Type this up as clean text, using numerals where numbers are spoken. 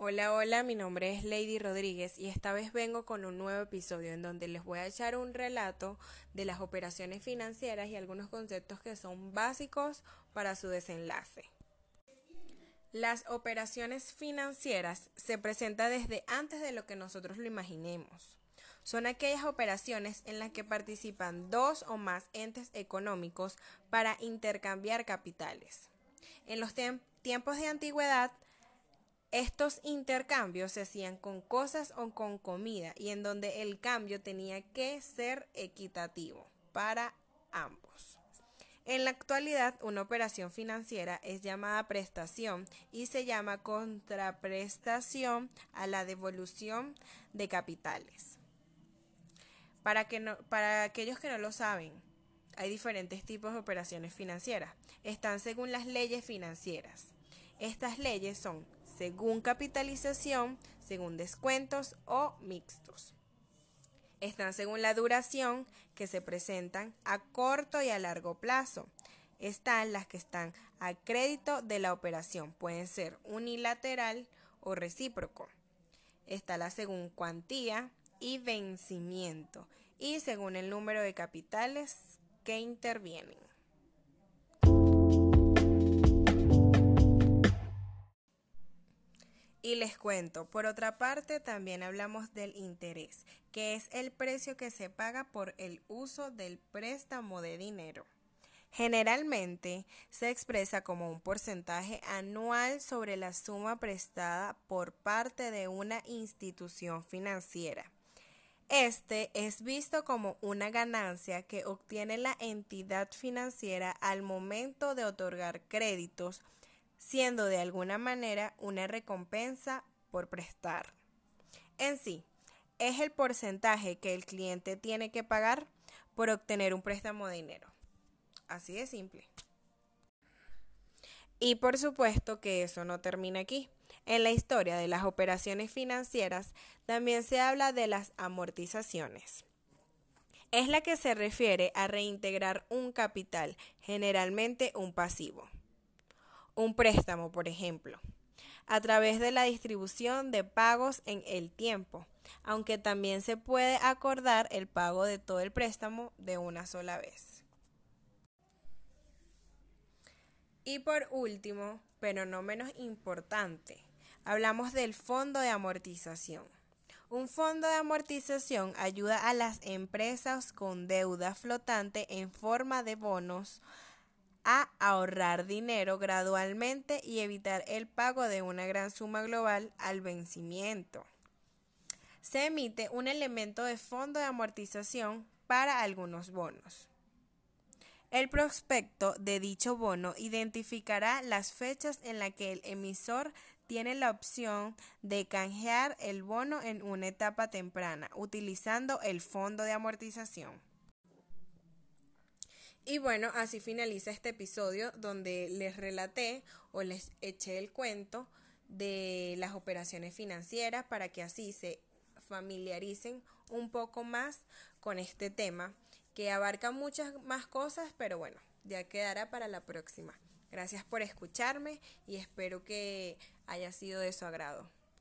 Hola, hola, mi nombre es Lady Rodríguez y esta vez vengo con un nuevo episodio en donde les voy a echar un relato de las operaciones financieras y algunos conceptos que son básicos para su desenlace. Las operaciones financieras se presentan desde antes de lo que nosotros lo imaginemos. Son aquellas operaciones en las que participan dos o más entes económicos para intercambiar capitales. En los tiempos de antigüedad, estos intercambios se hacían con cosas o con comida y en donde el cambio tenía que ser equitativo para ambos. En la actualidad, una operación financiera es llamada prestación y se llama contraprestación a la devolución de capitales. Para aquellos que no lo saben, hay diferentes tipos de operaciones financieras. Están según las leyes financieras. Estas leyes son según capitalización, según descuentos o mixtos. Están según la duración, que se presentan a corto y a largo plazo. Están las que están a crédito de la operación, pueden ser unilateral o recíproco. Está la según cuantía y vencimiento y según el número de capitales que intervienen. Y les cuento, por otra parte también hablamos del interés, que es el precio que se paga por el uso del préstamo de dinero. Generalmente se expresa como un porcentaje anual sobre la suma prestada por parte de una institución financiera. Este es visto como una ganancia que obtiene la entidad financiera al momento de otorgar créditos, siendo de alguna manera una recompensa por prestar. En sí, es el porcentaje que el cliente tiene que pagar por obtener un préstamo de dinero. Así de simple. Y por supuesto que eso no termina aquí. En la historia de las operaciones financieras también se habla de las amortizaciones. Es la que se refiere a reintegrar un capital, generalmente un pasivo. Un préstamo, por ejemplo, a través de la distribución de pagos en el tiempo, aunque también se puede acordar el pago de todo el préstamo de una sola vez. Y por último, pero no menos importante, hablamos del fondo de amortización. Un fondo de amortización ayuda a las empresas con deuda flotante en forma de bonos a ahorrar dinero gradualmente y evitar el pago de una gran suma global al vencimiento. Se emite un elemento de fondo de amortización para algunos bonos. El prospecto de dicho bono identificará las fechas en las que el emisor tiene la opción de canjear el bono en una etapa temprana, utilizando el fondo de amortización. Y bueno, así finaliza este episodio donde les relaté o les eché el cuento de las operaciones financieras para que así se familiaricen un poco más con este tema que abarca muchas más cosas, pero bueno, ya quedará para la próxima. Gracias por escucharme y espero que haya sido de su agrado.